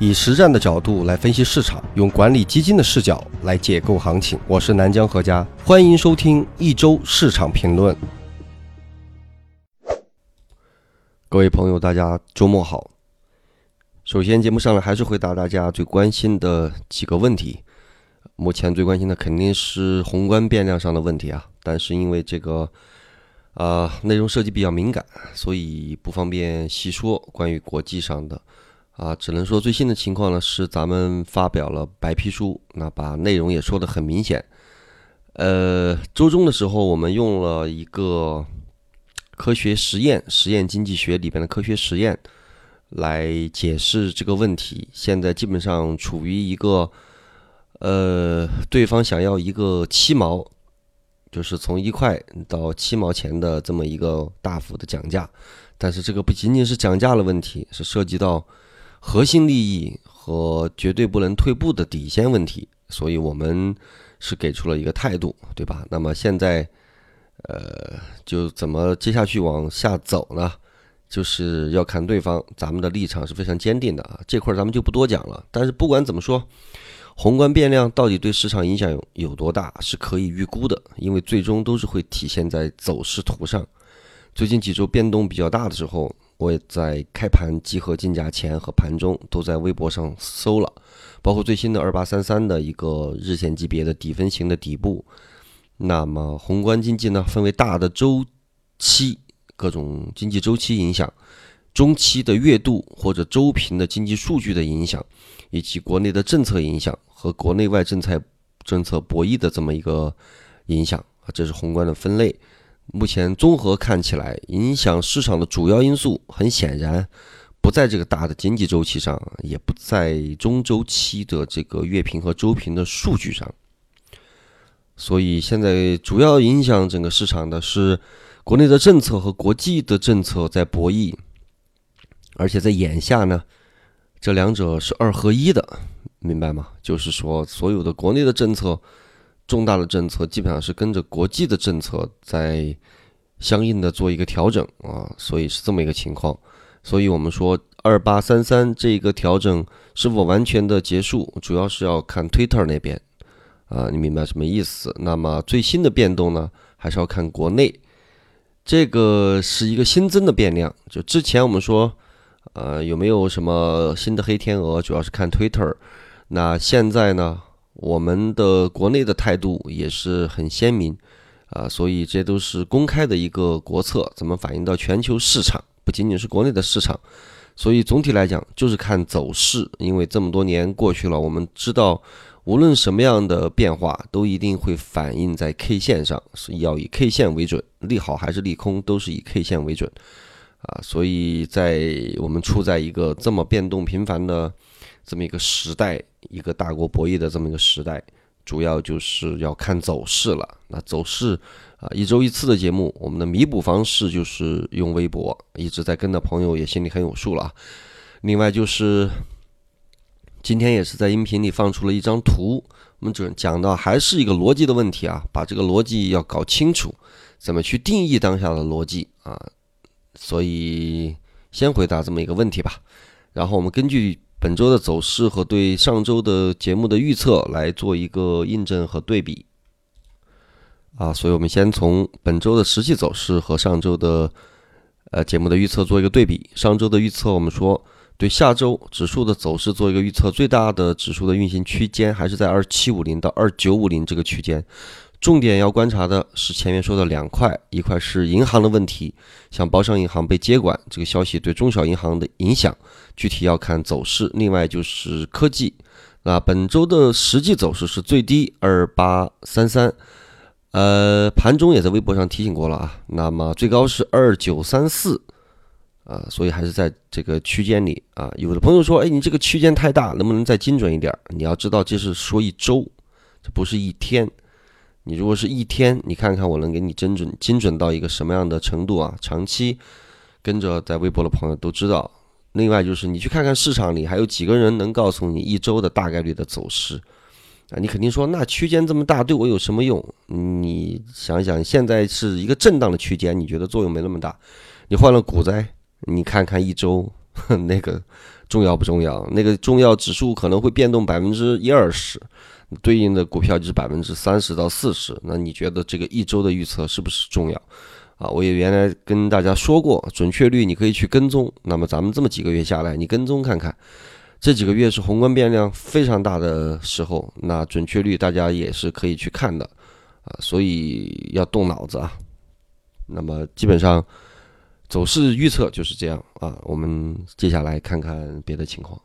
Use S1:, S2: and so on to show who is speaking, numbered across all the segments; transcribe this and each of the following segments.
S1: 以实战的角度来分析市场，用管理基金的视角来解构行情。我是南江何家，欢迎收听一周市场评论。各位朋友，大家周末好。首先，节目上来还是回答大家最关心的几个问题。目前最关心的肯定是宏观变量上的问题啊，但是因为这个内容涉及比较敏感，所以不方便细说关于国际上的只能说最新的情况呢是咱们发表了白皮书，那把内容也说得很明显。周中的时候我们用了一个科学实验经济学里边的科学实验来解释这个问题。现在基本上处于一个对方想要一个7毛，就是从1块到7毛钱的这么一个大幅的讲价，但是这个不仅仅是讲价的问题，是涉及到核心利益和绝对不能退步的底线问题，所以我们是给出了一个态度，对吧？那么现在就怎么接下去往下走呢？就是要看对方，咱们的立场是非常坚定的啊，这块咱们就不多讲了。但是不管怎么说，宏观变量到底对市场影响有多大是可以预估的，因为最终都是会体现在走势图上。最近几周变动比较大的时候，我也在开盘集合竞价前和盘中都在微博上搜了，包括最新的2833的一个日线级别的底分型的底部。那么宏观经济呢，分为大的周期，各种经济周期影响，中期的月度或者周频的经济数据的影响，以及国内的政策影响和国内外政策博弈的这么一个影响，这是宏观的分类。目前综合看起来，影响市场的主要因素很显然不在这个大的经济周期上，也不在中周期的这个月评和周评的数据上。所以现在主要影响整个市场的是国内的政策和国际的政策在博弈，而且在眼下呢，这两者是2合1的，明白吗？就是说所有的国内的政策，重大的政策基本上是跟着国际的政策在相应的做一个调整所以是这么一个情况。所以我们说2833这个调整是否完全的结束，主要是要看 Twitter 那边你明白什么意思？那么最新的变动呢，还是要看国内。这个是一个新增的变量，就之前我们说有没有什么新的黑天鹅，主要是看 Twitter。那现在呢，我们的国内的态度也是很鲜明所以这都是公开的一个国策，怎么反映到全球市场，不仅仅是国内的市场。所以总体来讲就是看走势，因为这么多年过去了，我们知道无论什么样的变化都一定会反映在 K 线上，是要以 K 线为准，利好还是利空都是以 K 线为准所以在我们处在一个这么变动频繁的这么一个时代，一个大国博弈的这么一个时代，主要就是要看走势了。那走势一周一次的节目，我们的弥补方式就是用微博，一直在跟的朋友也心里很有数了另外就是今天也是在音频里放出了一张图，我们讲到还是一个逻辑的问题把这个逻辑要搞清楚，怎么去定义当下的逻辑所以先回答这么一个问题吧，然后我们根据本周的走势和对上周的节目的预测来做一个印证和对比所以我们先从本周的实际走势和上周的节目的预测做一个对比。上周的预测我们说对下周指数的走势做一个预测，最大的指数的运行区间还是在2750到2950这个区间。重点要观察的是前面说的2块，一块是银行的问题，像包商银行被接管这个消息对中小银行的影响，具体要看走势。另外就是科技，那本周的实际走势是最低2833，盘中也在微博上提醒过了那么最高是2934。所以还是在这个区间里有的朋友说，你这个区间太大，能不能再精准一点？你要知道这是说一周，这不是一天。你如果是一天，你看看我能给你精准到一个什么样的程度长期跟着在微博的朋友都知道。另外就是你去看看市场里还有几个人能告诉你一周的大概率的走势你肯定说那区间这么大对我有什么用？你想想现在是一个震荡的区间，你觉得作用没那么大。你换了股灾，你看看一周那个重要不重要？那个重要指数可能会变动1%-20%，对应的股票就是30%到40%。那你觉得这个一周的预测是不是重要啊？我也原来跟大家说过，准确率你可以去跟踪。那么咱们这么几个月下来，你跟踪看看，这几个月是宏观变量非常大的时候，那准确率大家也是可以去看的啊，所以要动脑子啊。那么基本上走势预测就是这样啊，我们接下来看看别的情况。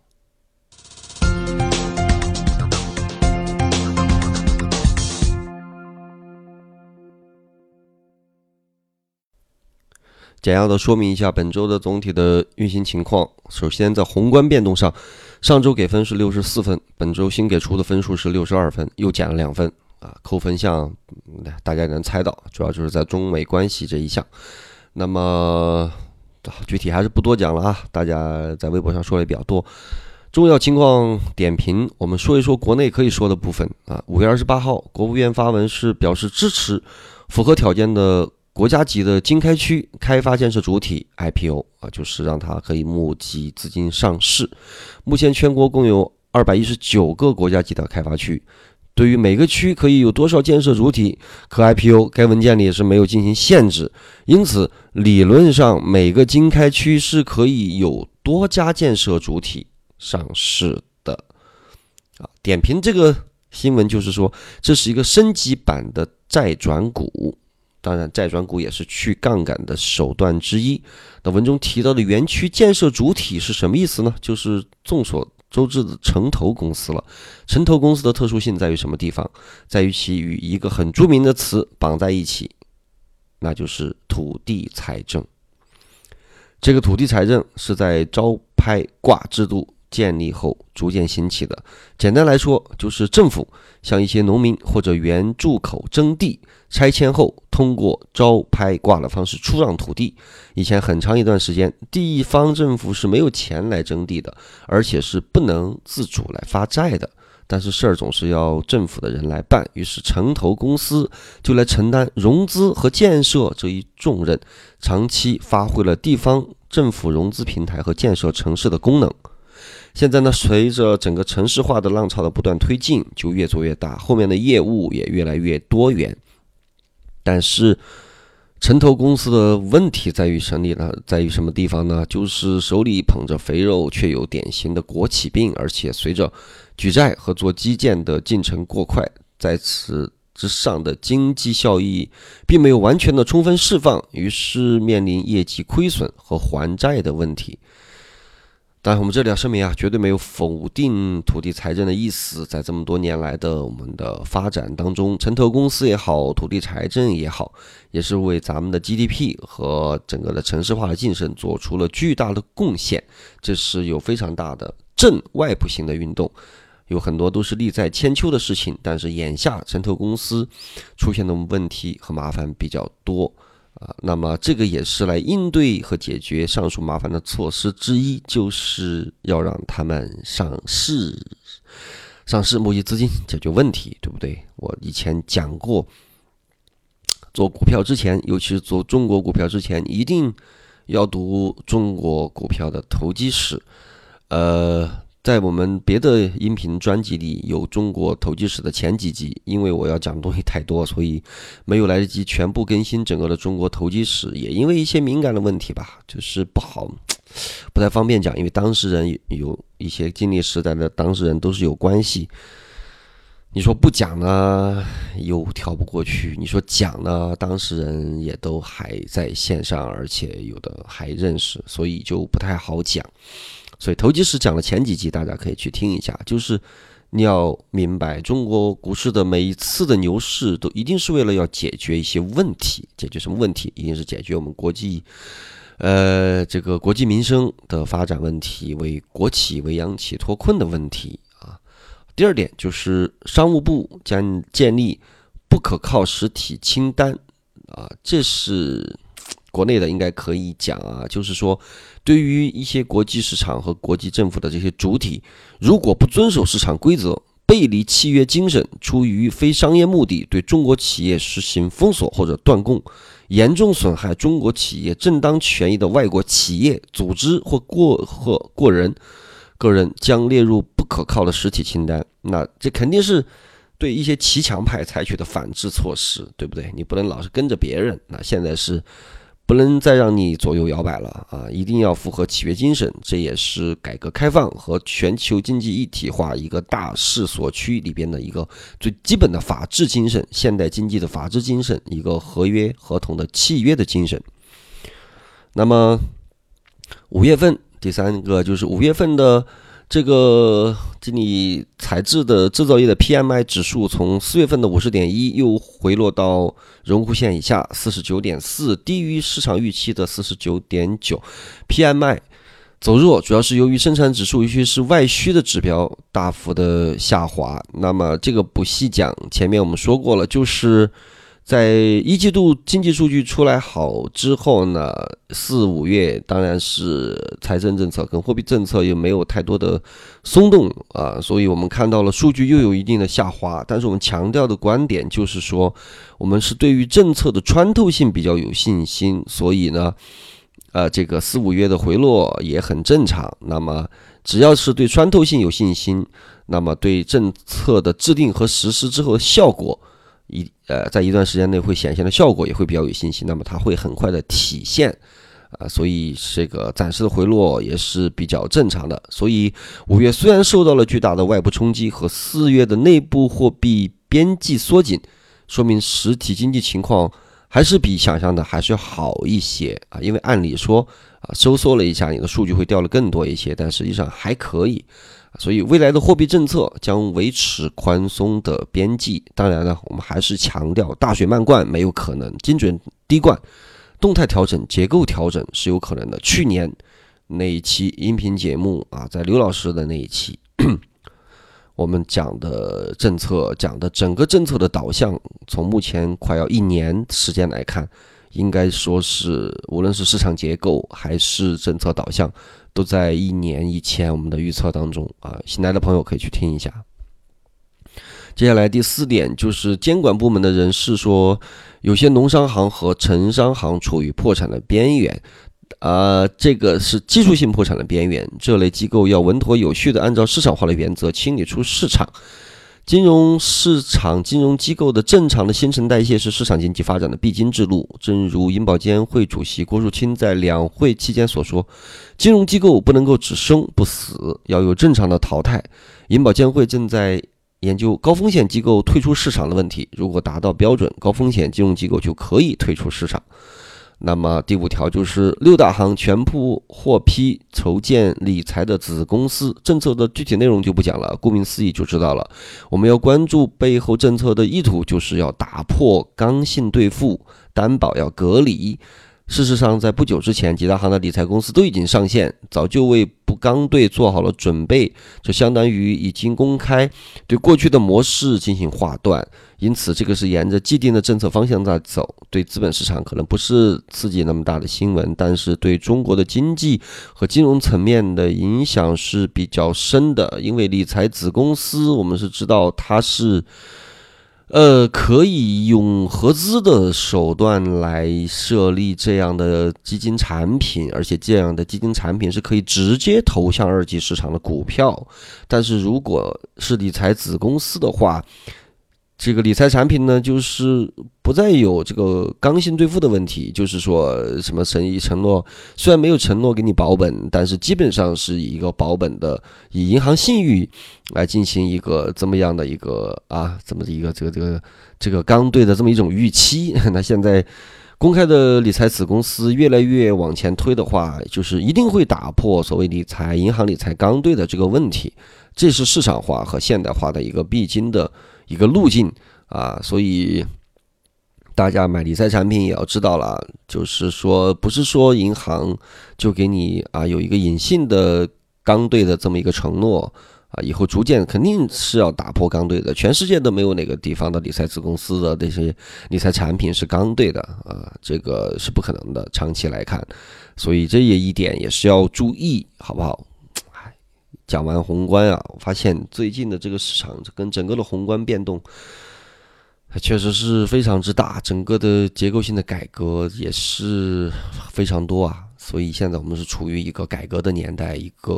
S1: 简要的说明一下本周的总体的运行情况。首先在宏观变动上，上周给分是64分，本周新给出的分数是62分，又减了2分啊。扣分项大家也能猜到，主要就是在中美关系这一项。那么具体还是不多讲了啊，大家在微博上说的也比较多。重要情况点评，我们说一说国内可以说的部分啊。5月28号，国务院发文是表示支持符合条件的国家级的经开区开发建设主体 IPO 啊，就是让它可以募集资金上市。目前全国共有219个国家级的开发区，对于每个区可以有多少建设主体可 IPO， 该文件里是没有进行限制，因此理论上每个经开区是可以有多家建设主体上市的啊。点评这个新闻就是说，这是一个升级版的债转股。当然，债转股也是去杠杆的手段之一。那文中提到的园区建设主体是什么意思呢？就是众所周知的城投公司了。城投公司的特殊性在于什么地方？在于其与一个很著名的词绑在一起，那就是土地财政。这个土地财政是在招拍挂制度建立后逐渐兴起的。简单来说，就是政府向一些农民或者原住口征地，拆迁后通过招拍挂的方式出让土地。以前很长一段时间，地方政府是没有钱来征地的，而且是不能自主来发债的。但是事儿总是要政府的人来办，于是城投公司就来承担融资和建设这一重任，长期发挥了地方政府融资平台和建设城市的功能。现在呢，随着整个城市化的浪潮的不断推进，就越做越大，后面的业务也越来越多元。但是城投公司的问题在于什么地方呢？就是手里捧着肥肉，却有典型的国企病，而且随着举债和做基建的进程过快，在此之上的经济效益并没有完全的充分释放，于是面临业绩亏损和还债的问题。但我们这里要声明啊，绝对没有否定土地财政的意思。在这么多年来的我们的发展当中，城投公司也好，土地财政也好，也是为咱们的 GDP 和整个的城市化的晋升做出了巨大的贡献。这是有非常大的正外部性的运动，有很多都是利在千秋的事情。但是眼下城投公司出现的问题和麻烦比较多。那么这个也是来应对和解决上述麻烦的措施之一，就是要让他们上市募集资金解决问题，对不对？我以前讲过，做股票之前，尤其是做中国股票之前，一定要读中国股票的投机史。在我们别的音频专辑里有中国投机史的前几集，因为我要讲的东西太多，所以没有来得及全部更新整个的中国投机史，也因为一些敏感的问题吧，就是不太方便讲，因为当事人有一些经历时代的当事人都是有关系。你说不讲呢，又跳不过去；你说讲呢，当事人也都还在线上，而且有的还认识，所以就不太好讲。所以投机史讲了前几集，大家可以去听一下。就是你要明白，中国股市的每一次的牛市都一定是为了要解决一些问题。解决什么问题？一定是解决我们国际这个国计民生的发展问题，为国企为央企脱困的问题啊。第二点就是商务部将建立不可靠实体清单啊，这是国内的应该可以讲啊，就是说对于一些国际市场和国际政府的这些主体，如果不遵守市场规则，背离契约精神，出于非商业目的对中国企业实行封锁或者断供，严重损害中国企业正当权益的外国企业、组织或个人， 个人将列入不可靠的实体清单。那这肯定是对一些骑墙派采取的反制措施，对不对？你不能老是跟着别人，那现在是不能再让你左右摇摆了啊！一定要符合契约精神，这也是改革开放和全球经济一体化一个大势所趋里边的一个最基本的法治精神，现代经济的法治精神，一个合同的契约的精神。那么5月份，第三个就是5月份的这个理材质的制造业的 PMI 指数从4月份的 50.1 又回落到荣枯线以下 49.4， 低于市场预期的 49.9。 PMI 走弱主要是由于生产指数尤其是外需的指标大幅的下滑。那么这个不细讲，前面我们说过了，就是在一季度经济数据出来好之后呢，4、5月当然是财政政策跟货币政策也没有太多的松动啊，所以我们看到了数据又有一定的下滑。但是我们强调的观点就是说，我们是对于政策的穿透性比较有信心，所以呢，这个4、5月的回落也很正常。那么只要是对穿透性有信心，那么对政策的制定和实施之后的效果，在一段时间内会显现的效果也会比较有信心，那么它会很快的体现所以这个暂时的回落也是比较正常的。所以5月虽然受到了巨大的外部冲击和4月的内部货币边际缩紧，说明实体经济情况还是比想象的还是要好一些因为按理说收缩了一下，你的数据会掉了更多一些，但实际上还可以。所以未来的货币政策将维持宽松的边际。当然呢，我们还是强调大水漫灌没有可能，精准滴灌、动态调整、结构调整是有可能的。去年那一期音频节目在刘老师的那一期我们讲的政策，讲的整个政策的导向，从目前快要1年时间来看，应该说是无论是市场结构还是政策导向，都在1年以前我们的预测当中新来的朋友可以去听一下。接下来第4点就是监管部门的人士说，有些农商行和城商行处于破产的边缘这个是技术性破产的边缘，这类机构要稳妥有序的按照市场化的原则清理出市场。金融市场金融机构的正常的新陈代谢是市场经济发展的必经之路。正如银保监会主席郭树清在两会期间所说，金融机构不能够只生不死，要有正常的淘汰。银保监会正在研究高风险机构退出市场的问题，如果达到标准，高风险金融机构就可以退出市场。那么第5条就是6大行全部获批筹建理财的子公司，政策的具体内容就不讲了，顾名思义就知道了。我们要关注背后政策的意图，就是要打破刚性兑付，担保要隔离。事实上，在不久之前，几大行的理财公司都已经上线，早就为不刚兑做好了准备，这相当于已经公开对过去的模式进行划断。因此，这个是沿着既定的政策方向在走，对资本市场可能不是刺激那么大的新闻，但是对中国的经济和金融层面的影响是比较深的。因为理财子公司，我们是知道它是可以用合资的手段来设立这样的基金产品，而且这样的基金产品是可以直接投向二级市场的股票。但是如果是理财子公司的话，这个理财产品呢，就是不再有这个刚性兑付的问题，就是说什么承诺，虽然没有承诺给你保本，但是基本上是以一个保本的，以银行信誉来进行一个这么样的一个这么一个这个刚兑的这么一种预期。那现在公开的理财子公司越来越往前推的话，就是一定会打破所谓银行理财刚兑的这个问题，这是市场化和现代化的一个必经的一个路径所以大家买理财产品也要知道了，就是说不是说银行就给你有一个隐性的刚兑的这么一个承诺以后逐渐肯定是要打破刚兑的，全世界都没有哪个地方的理财子公司的这些理财产品是刚兑的这个是不可能的，长期来看，所以这一点也是要注意，好不好？讲完宏观我发现最近的这个市场跟整个的宏观变动确实是非常之大，整个的结构性的改革也是非常多所以现在我们是处于一个改革的年代，一个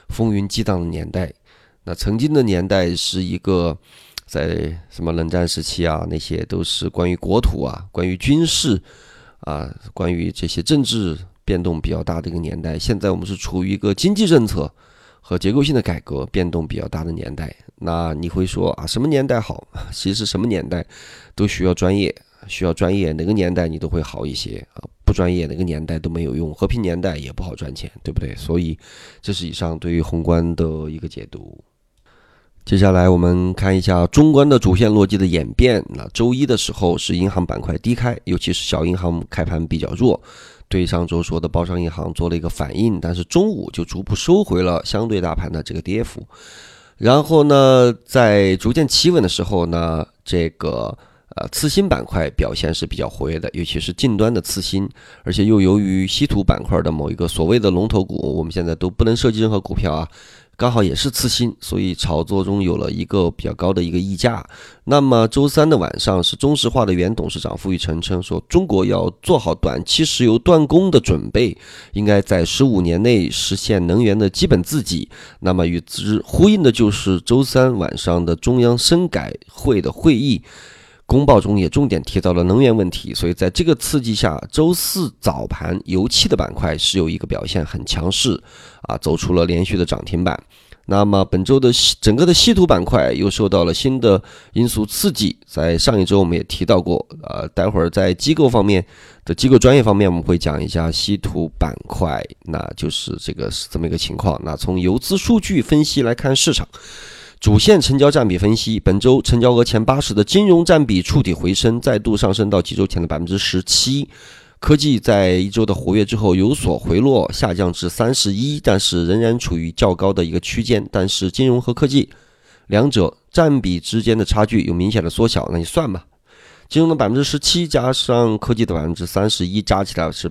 S1: 风云激荡的年代。那曾经的年代是一个在什么冷战时期啊，那些都是关于国土啊、关于军事啊、关于这些政治变动比较大的一个年代。现在我们是处于一个经济政策和结构性的改革变动比较大的年代。那你会说啊，什么年代好？其实什么年代都需要专业，哪个年代你都会好一些啊。不专业哪个年代都没有用，和平年代也不好赚钱，对不对？所以这是以上对于宏观的一个解读。接下来我们看一下中观的主线逻辑的演变。那周一的时候是银行板块低开，尤其是小银行开盘比较弱，对上周说的包商银行做了一个反应，但是中午就逐步收回了相对大盘的这个跌幅。然后呢，在逐渐企稳的时候呢，这个次新板块表现是比较活跃的，尤其是近端的次新，而且又由于稀土板块的某一个所谓的龙头股，我们现在都不能涉及任何股票啊，刚好也是次新，所以炒作中有了一个比较高的一个溢价。那么周三的晚上是中石化的原董事长付玉成称说，中国要做好短期石油断供的准备，应该在15年内实现能源的基本自给。那么与之呼应的就是周三晚上的中央深改会的会议公报中也重点提到了能源问题，所以在这个刺激下，周四早盘油气的板块是有一个表现很强势啊，走出了连续的涨停板。那么本周的整个的稀土板块又受到了新的因素刺激，在上一周我们也提到过，待会儿在机构专业方面我们会讲一下稀土板块，那就是是这么一个情况。那从游资数据分析来看市场。主线成交占比分析，本周成交额前80的金融占比触底回升，再度上升到几周前的 17%。科技在一周的活跃之后有所回落，下降至31%，但是仍然处于较高的一个区间。但是金融和科技两者占比之间的差距有明显的缩小，那你算吧，金融的 17% 加上科技的 31%， 加起来是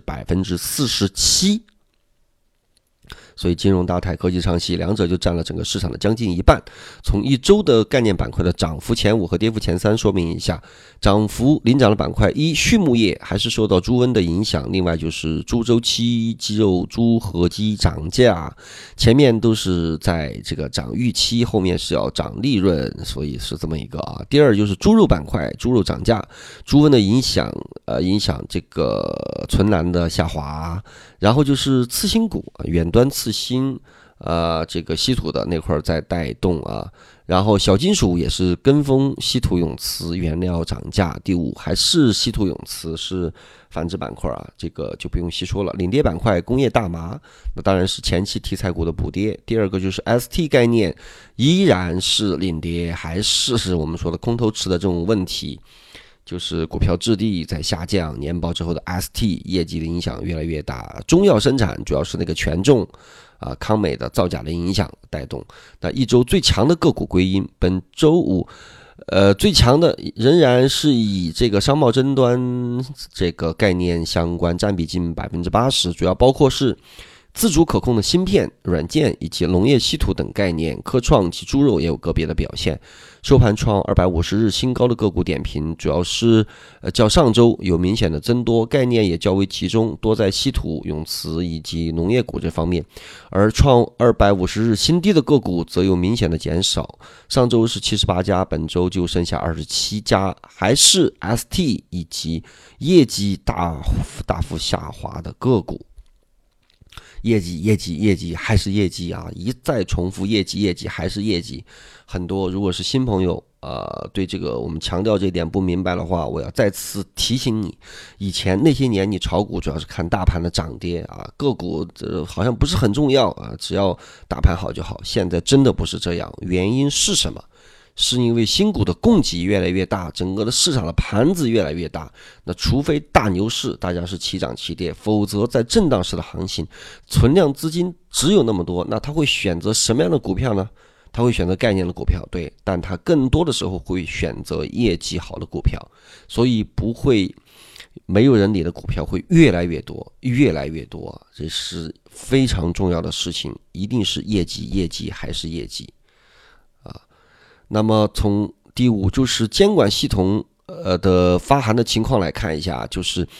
S1: 47%。所以金融大泰、科技唱戏两者就占了整个市场的将近一半。从一周的概念板块的涨幅前5和跌幅前3说明一下，涨幅领涨的板块，一畜牧业还是受到猪瘟的影响，另外就是猪周期、鸡肉、猪和鸡涨价，前面都是在这个涨预期，后面是要涨利润，所以是这么一个啊。第二就是猪肉板块，猪肉涨价，猪瘟的影响这个存栏的下滑，然后就是次新股，远端次新这个稀土的那块在带动啊，然后小金属也是跟风稀土永磁原料涨价。第五还是稀土永磁是繁殖板块啊，这个就不用细说了。领跌板块工业大麻，那当然是前期题材股的补跌。第二个就是 ST 概念依然是领跌，还是我们说的空头池的这种问题。就是股票质地在下降，年报之后的 ST 业绩的影响越来越大。中药生产主要是那个权重康美的造假的影响带动。那一周最强的个股归因，本周五最强的仍然是以这个商贸终端这个概念相关，占比近 80%， 主要包括是自主可控的芯片、软件以及农业稀土等概念。科创及猪肉也有个别的表现，收盘创250日新高的个股点评，主要是较上周有明显的增多，概念也较为集中，多在稀土、永磁以及农业股这方面。而创250日新低的个股则有明显的减少，上周是78家，本周就剩下27家，还是 ST 以及业绩大幅下滑的个股。业绩还是业绩啊！一再重复业绩还是业绩。很多如果是新朋友对这个我们强调这一点不明白的话，我要再次提醒你，以前那些年你炒股主要是看大盘的涨跌啊，个股好像不是很重要啊，只要大盘好就好。现在真的不是这样，原因是什么？是因为新股的供给越来越大，整个的市场的盘子越来越大。那除非大牛市大家是齐涨齐跌，否则在震荡式的行情，存量资金只有那么多，那他会选择什么样的股票呢？他会选择概念的股票，对，但他更多的时候会选择业绩好的股票，所以没有人理的股票会越来越多，这是非常重要的事情，一定是业绩还是业绩啊。那么从第五就是监管系统的发函的情况来看一下，就是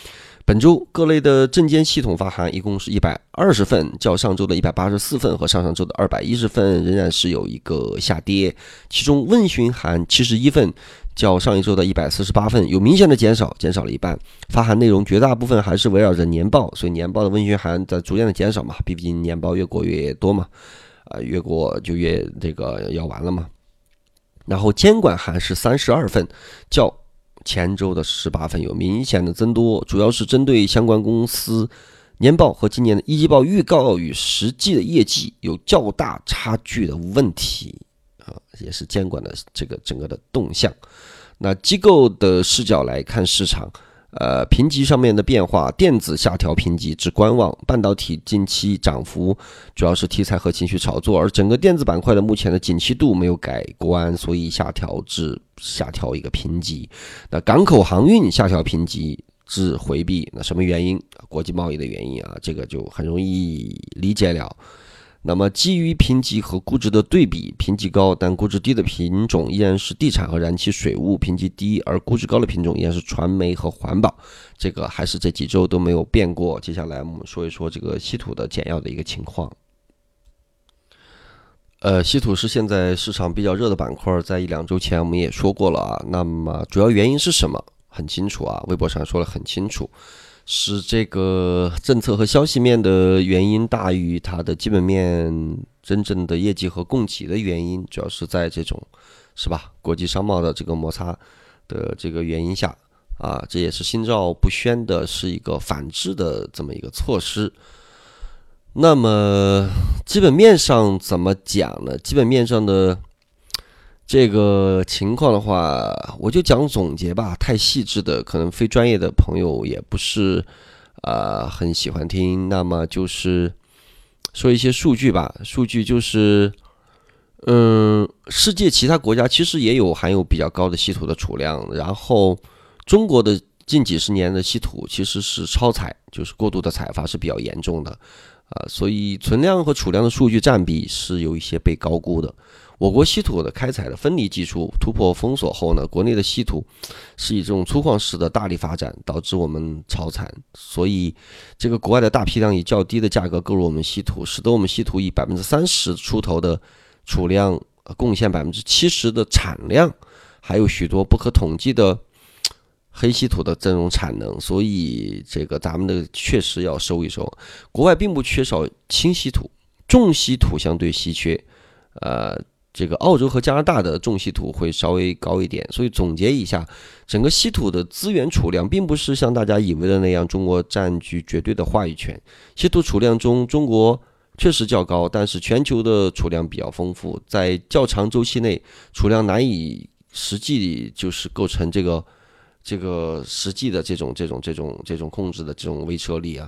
S1: 本周各类的证监系统发函一共是120份，较上周的184份和上上周的210份仍然是有一个下跌。其中问询函71份，较上一周的148份有明显的减少了一半。发函内容绝大部分还是围绕着年报，所以年报的问询函在逐渐的减少嘛，毕竟年报越过越多嘛，越过就越这个要完了嘛。然后监管函是32份，较前周的18份有明显的增多，主要是针对相关公司年报和今年的一季报预告与实际的业绩有较大差距的问题也是监管的这个整个的动向。那机构的视角来看市场，评级上面的变化，电子下调评级至观望，半导体近期涨幅主要是题材和情绪炒作，而整个电子板块的目前的景气度没有改观，所以下调一个评级。那港口航运下调评级至回避，那什么原因？国际贸易的原因这个就很容易理解了。那么基于评级和估值的对比，评级高但估值低的品种依然是地产和燃气水务，评级低而估值高的品种依然是传媒和环保，这个还是这几周都没有变过。接下来我们说一说这个稀土的简要的一个情况。稀土是现在市场比较热的板块，在1-2周前我们也说过了那么主要原因是什么？很清楚微博上说了很清楚，是这个政策和消息面的原因大于它的基本面真正的业绩和供给的原因，主要是在这种是吧国际商贸的这个摩擦的这个原因下这也是心照不宣的，是一个反制的这么一个措施。那么基本面上怎么讲呢？基本面上的这个情况的话，我就讲总结吧，太细致的可能非专业的朋友也不是很喜欢听。那么就是说一些数据吧，数据就是世界其他国家其实也有含有比较高的稀土的储量，然后中国的近几十年的稀土其实是超采，就是过度的采发是比较严重的所以存量和储量的数据占比是有一些被高估的。我国稀土的开采的分离技术突破封锁后呢，国内的稀土是以这种粗矿式的大力发展，导致我们超产，所以这个国外的大批量以较低的价格购入我们稀土，使得我们稀土以30%出头的储量贡献70%的产量，还有许多不可统计的黑稀土的这种产能，所以这个咱们的确实要收一收。国外并不缺少轻稀土，重稀土相对稀缺，这个澳洲和加拿大的重稀土会稍微高一点。所以总结一下，整个稀土的资源储量并不是像大家以为的那样，中国占据绝对的话语权。稀土储量中，中国确实较高，但是全球的储量比较丰富，在较长周期内，储量难以实际就是构成这个实际的这种控制的这种威慑力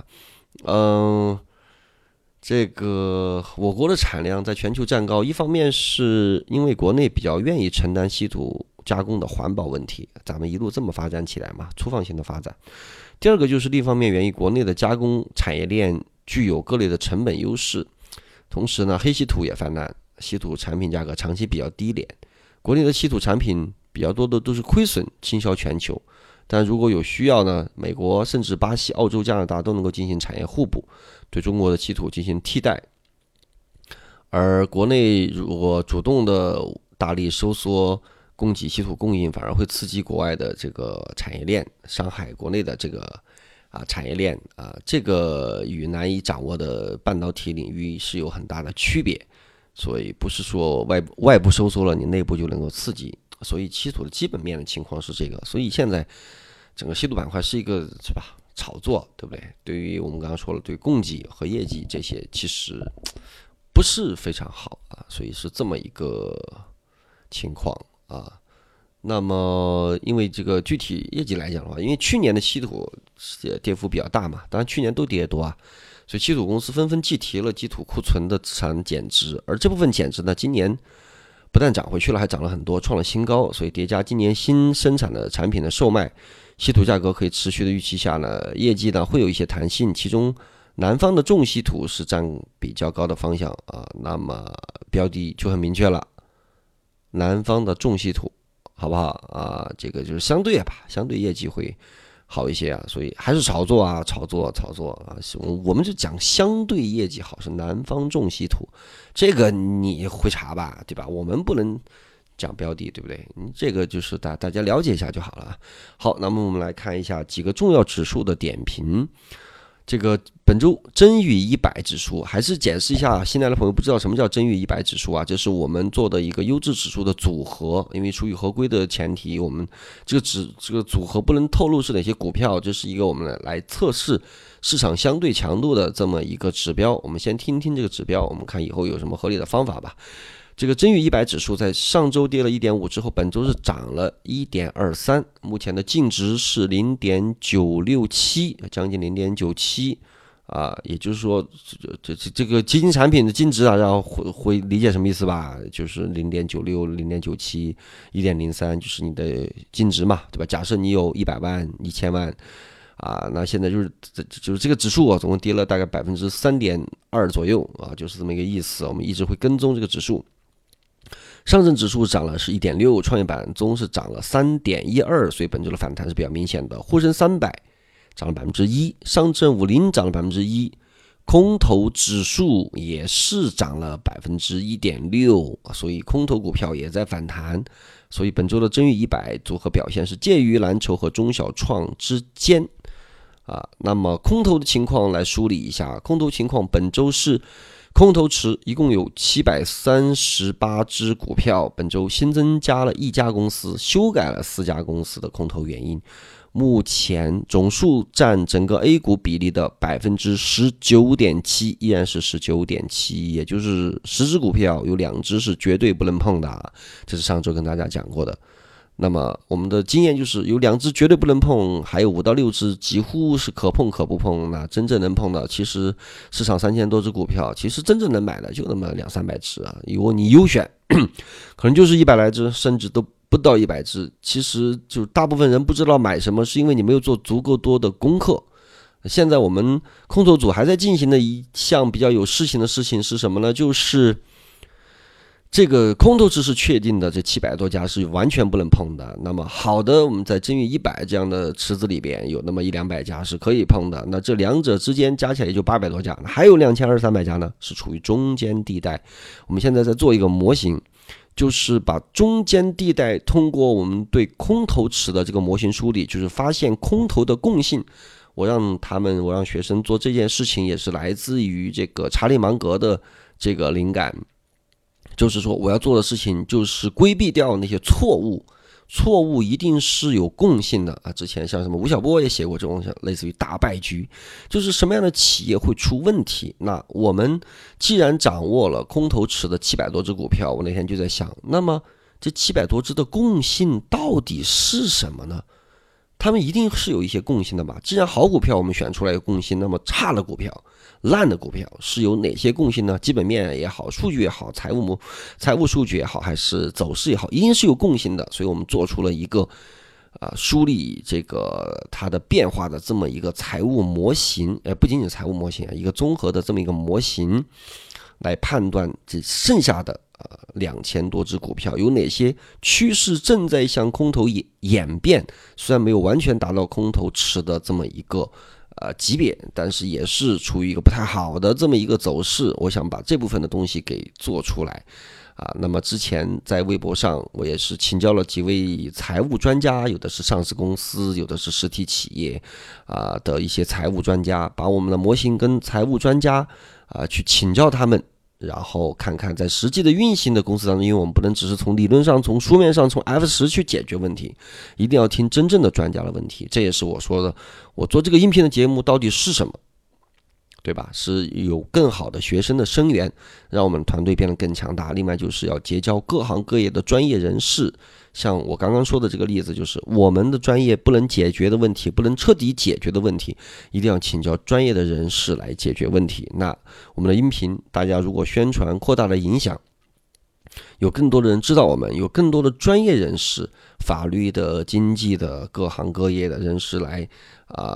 S1: 这个我国的产量在全球占高，一方面是因为国内比较愿意承担稀土加工的环保问题，咱们一路这么发展起来嘛，粗放型的发展。第二个就是另一方面源于国内的加工产业链具有各类的成本优势，同时呢，黑稀土也泛滥，稀土产品价格长期比较低廉，国内的稀土产品比较多的都是亏损倾销全球，但如果有需要呢，美国甚至巴西、澳洲、加拿大都能够进行产业互补，对中国的稀土进行替代。而国内如果主动的大力收缩供给稀土供应，反而会刺激国外的这个产业链，伤害国内的这个产业链这个与难以掌握的半导体领域是有很大的区别。所以不是说外部收缩了，你内部就能够刺激。所以稀土的基本面的情况是这个，所以现在整个稀土板块是一个是吧炒作，对不对？对于我们刚刚说了，对供给和业绩这些其实不是非常好所以是这么一个情况那么因为这个具体业绩来讲的话，因为去年的稀土跌幅比较大嘛，当然去年都跌多所以稀土公司纷纷计提了稀土库存的资产减值，而这部分减值呢，今年不但涨回去了，还涨了很多，创了新高。所以叠加今年新生产的产品的售卖，稀土价格可以持续的预期下呢，业绩呢会有一些弹性。其中南方的重稀土是占比较高的方向那么标的就很明确了，南方的重稀土，好不好这个就是相对业绩会好一些啊，所以还是炒作啊，炒作啊，我们就讲相对业绩好是南方重稀土，这个你会查吧，对吧？我们不能讲标的，对不对？这个就是大家了解一下就好了。好，那么我们来看一下几个重要指数的点评。这个本周真宇100指数，还是解释一下，新来的朋友不知道什么叫真宇100指数啊？这是我们做的一个优质指数的组合，因为出于合规的前提，我们这个组合不能透露是哪些股票，这是一个我们来测试市场相对强度的这么一个指标。我们先听听这个指标，我们看以后有什么合理的方法吧。这个真宇100指数在上周跌了 1.5 之后，本周是涨了 1.23， 目前的净值是 0.967， 将近 0.97 啊，也就是说这个基金产品的净值啊，然后会理解什么意思吧？就是 0.96 0.97 1.03， 就是你的净值嘛，对吧？假设你有100万1000万啊，那现在就是这个指数啊，总共跌了大概 3.2% 左右啊，就是这么一个意思。我们一直会跟踪这个指数。上证指数涨了是 1.6%， 创业板综是涨了 3.12%， 所以本周的反弹是比较明显的。沪深300涨了 1%， 上证50涨了 1%， 空头指数也是涨了 1.6%， 所以空头股票也在反弹。所以本周的真宇100组合表现是介于蓝筹和中小创之间啊。那么空头的情况来梳理一下，空头情况本周是空头池一共有738只股票，本周新增加了1家公司，修改了4家公司的空头原因。目前总数占整个 A 股比例的 19.7%， 依然是 19.7%， 也就是10只股票有2只是绝对不能碰的，这是上周跟大家讲过的。那么我们的经验就是有2只绝对不能碰，还有5到6只几乎是可碰可不碰。那真正能碰的，其实市场3000多只股票，其实真正能买的就那么200-300只啊。如果你优选，可能就是100来只，甚至都不到100只。其实就大部分人不知道买什么，是因为你没有做足够多的功课。现在我们空头组还在进行的一项比较有事情的事情是什么呢？就是这个空头池是确定的，这700多家是完全不能碰的。那么好的，我们在真宇100这样的池子里边有那么100-200家是可以碰的，那这两者之间加起来也就800多家，还有2200-300家呢是处于中间地带。我们现在在做一个模型，就是把中间地带通过我们对空头池的这个模型梳理，就是发现空头的共性。我让学生做这件事情也是来自于这个查理芒格的这个灵感，就是说我要做的事情就是规避掉那些错误一定是有共性的啊。之前像什么吴晓波也写过这种类似于大败局，就是什么样的企业会出问题。那我们既然掌握了空头池的700多只股票，我那天就在想，那么这700多只的共性到底是什么呢？他们一定是有一些共性的吧？既然好股票我们选出来有共性，那么差的股票、烂的股票是有哪些共性呢？基本面也好，数据也好，财务数据也好，还是走势也好，一定是有共性的。所以我们做出了一个梳理这个它的变化的这么一个财务模型，不仅仅财务模型，一个综合的这么一个模型，来判断这剩下的2000多只股票有哪些趋势正在向空头演变，虽然没有完全达到空头池的这么一个级别，但是也是处于一个不太好的这么一个走势。我想把这部分的东西给做出来那么之前在微博上我也是请教了几位财务专家，有的是上市公司，有的是实体企业的一些财务专家，把我们的模型跟财务专家去请教他们，然后看看在实际的运行的公司当中，因为我们不能只是从理论上、从书面上、从 F10 去解决问题，一定要听真正的专家的问题。这也是我说的，我做这个音频的节目到底是什么，对吧？是有更好的学生的生源，让我们团队变得更强大。另外就是要结交各行各业的专业人士，像我刚刚说的这个例子，就是我们的专业不能解决的问题，不能彻底解决的问题，一定要请教专业的人士来解决问题。那我们的音频大家如果宣传扩大了影响，有更多的人知道我们，有更多的专业人士，法律的、经济的、各行各业的人士来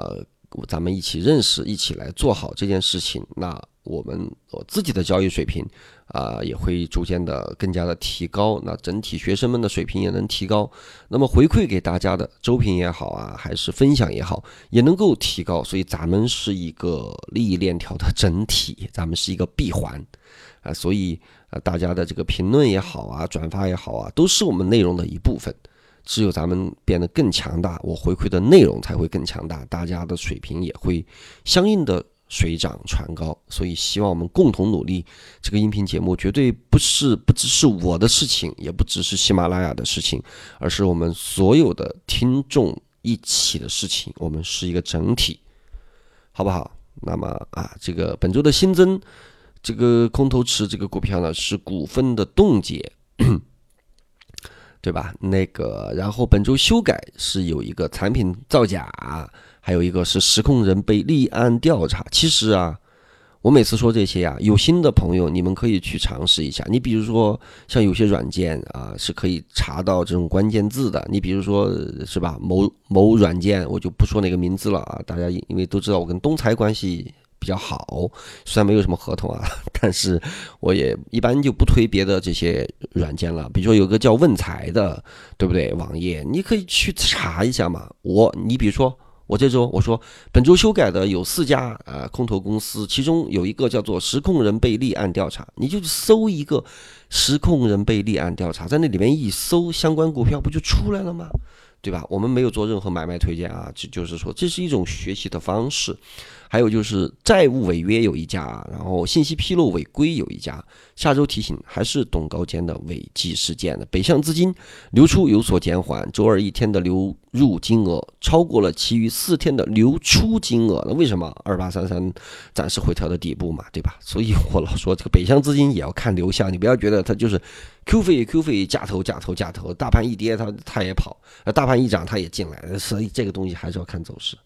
S1: 咱们一起认识，一起来做好这件事情，那我自己的交易水平也会逐渐的更加的提高，那整体学生们的水平也能提高，那么回馈给大家的周评也好还是分享也好，也能够提高，所以咱们是一个利益链条的整体，咱们是一个闭环所以大家的这个评论也好转发也好都是我们内容的一部分。只有咱们变得更强大，我回馈的内容才会更强大，大家的水平也会相应的水涨船高。所以希望我们共同努力，这个音频节目绝对不只是我的事情，也不只是喜马拉雅的事情，而是我们所有的听众一起的事情，我们是一个整体，好不好？那么这个本周的新增，这个空头池这个股票呢是股份的冻结对吧？然后本周修改是有一个产品造假，还有一个是实控人被立案调查。其实我每次说这些有心的朋友你们可以去尝试一下。你比如说像有些软件是可以查到这种关键字的，你比如说是吧，某软件，我就不说那个名字了大家因为都知道我跟东财关系比较好，虽然没有什么合同但是我也一般就不推别的这些软件了。比如说有个叫问财的，对不对？网页你可以去查一下嘛。你比如说我这周我说本周修改的有4家空头公司，其中有一个叫做实控人被立案调查，你就搜一个实控人被立案调查，在那里面一搜相关股票不就出来了吗？对吧？我们没有做任何买卖推荐就是说这是一种学习的方式。还有就是债务违约有一家，然后信息披露违规有一家。下周提醒还是董高坚的违纪事件的，北向资金流出有所减缓，周二1天的流入金额超过了其余4天的流出金额。那为什么2833暂时回调的底部嘛，对吧？所以我老说这个北向资金也要看流向，你不要觉得它就是 Q 费价头，大盘一跌它也跑，大盘一涨它也进来，所以这个东西还是要看走势。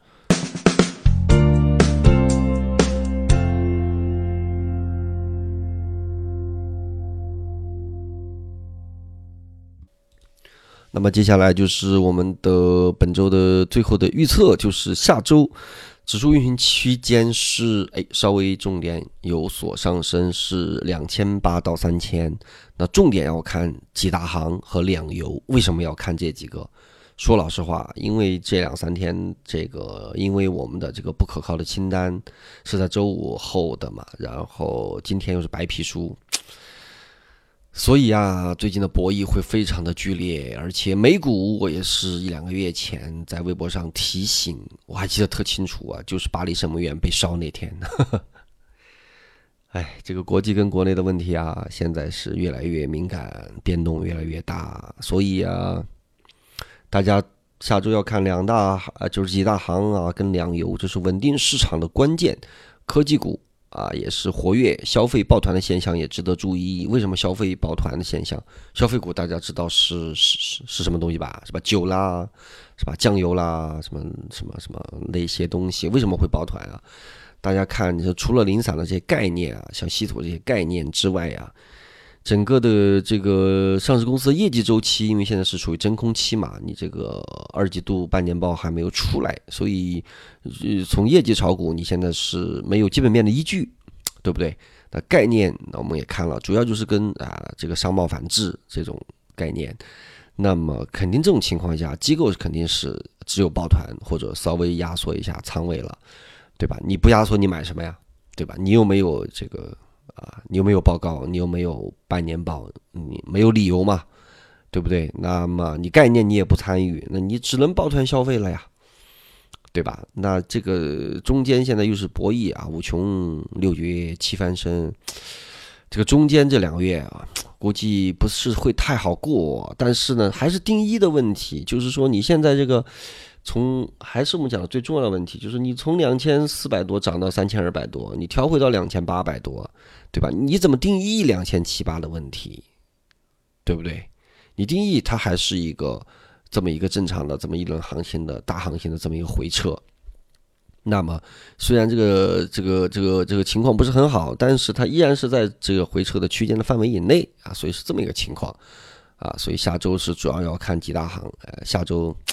S1: 那么接下来就是我们的本周的最后的预测，就是下周指数运行区间是稍微重点有所上升，是2800到3000。那重点要看几大行和两油。为什么要看这几个？说老实话，因为这2-3天因为我们的这个不可靠的清单是在周五后的嘛，然后今天又是白皮书。所以最近的博弈会非常的剧烈，而且美股我也是1-2个月前在微博上提醒，我还记得特清楚就是巴黎圣母院被烧那天。这个国际跟国内的问题现在是越来越敏感，变动越来越大，所以大家下周要看就是几大行跟两油，这是稳定市场的关键。科技股也是活跃，消费抱团的现象也值得注意。为什么消费抱团的现象？消费股大家知道是什么东西吧？是吧？酒啦，是吧？酱油啦，什么那些东西，为什么会抱团大家看，除了零散的这些概念像稀土这些概念之外整个的这个上市公司的业绩周期，因为现在是属于真空期嘛，你这个2季度半年报还没有出来，所以从业绩炒股你现在是没有基本面的依据，对不对？那概念我们也看了，主要就是跟这个商贸反制这种概念。那么肯定这种情况下，机构肯定是只有抱团或者稍微压缩一下仓位了，对吧？你不压缩你买什么呀？对吧？你又没有这个你有没有报告？你有没有半年报？你没有理由嘛，对不对？那么你概念你也不参与，那你只能抱团消费了呀，对吧？那这个中间现在又是博弈5穷6绝7翻身，这个中间这2个月估计不是会太好过。但是呢，还是定义的问题，就是说你现在这个还是我们讲的最重要的问题，就是你从2400多涨到3200多，你调回到2800多，对吧？你怎么定义2700的问题，对不对？你定义它还是这么一个正常的这么一轮行情的大行情的这么一个回撤。那么虽然这个情况不是很好，但是它依然是在这个回撤的区间的范围以内所以是这么一个情况所以下周是主要要看几大行。下周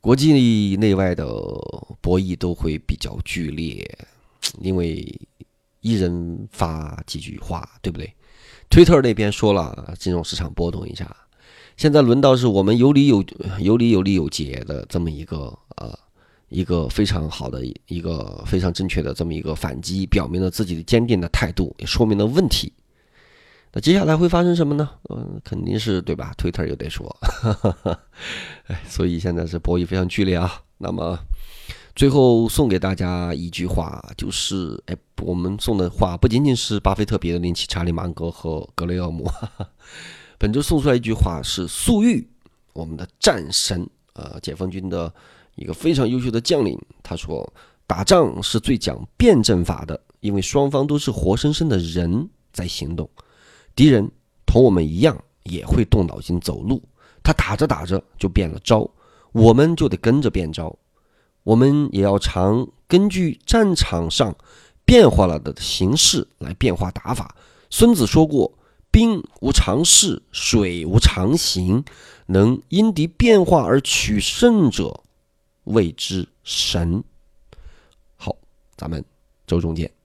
S1: 国际内外的博弈都会比较剧烈，因为一人发几句话，对不对？推特那边说了，金融市场波动一下，现在轮到是我们有理有节的这么一个非常好的一个非常正确的这么一个反击，表明了自己的坚定的态度，也说明了问题。那接下来会发生什么呢？肯定是对吧？推特又得说，所以现在是博弈非常剧烈啊。那么最后送给大家一句话，就是我们送的话不仅仅是巴菲特、彼得林奇、查理芒格和格雷厄姆，本周送出来一句话是粟裕，我们的战神，解放军的一个非常优秀的将领，他说：打仗是最讲辩证法的，因为双方都是活生生的人在行动。敌人同我们一样也会动脑筋走路，他打着打着就变了招，我们就得跟着变招。我们也要常根据战场上变化了的形势来变化打法。孙子说过，兵无常势，水无常形，能因敌变化而取胜者谓之神。好，咱们周中见。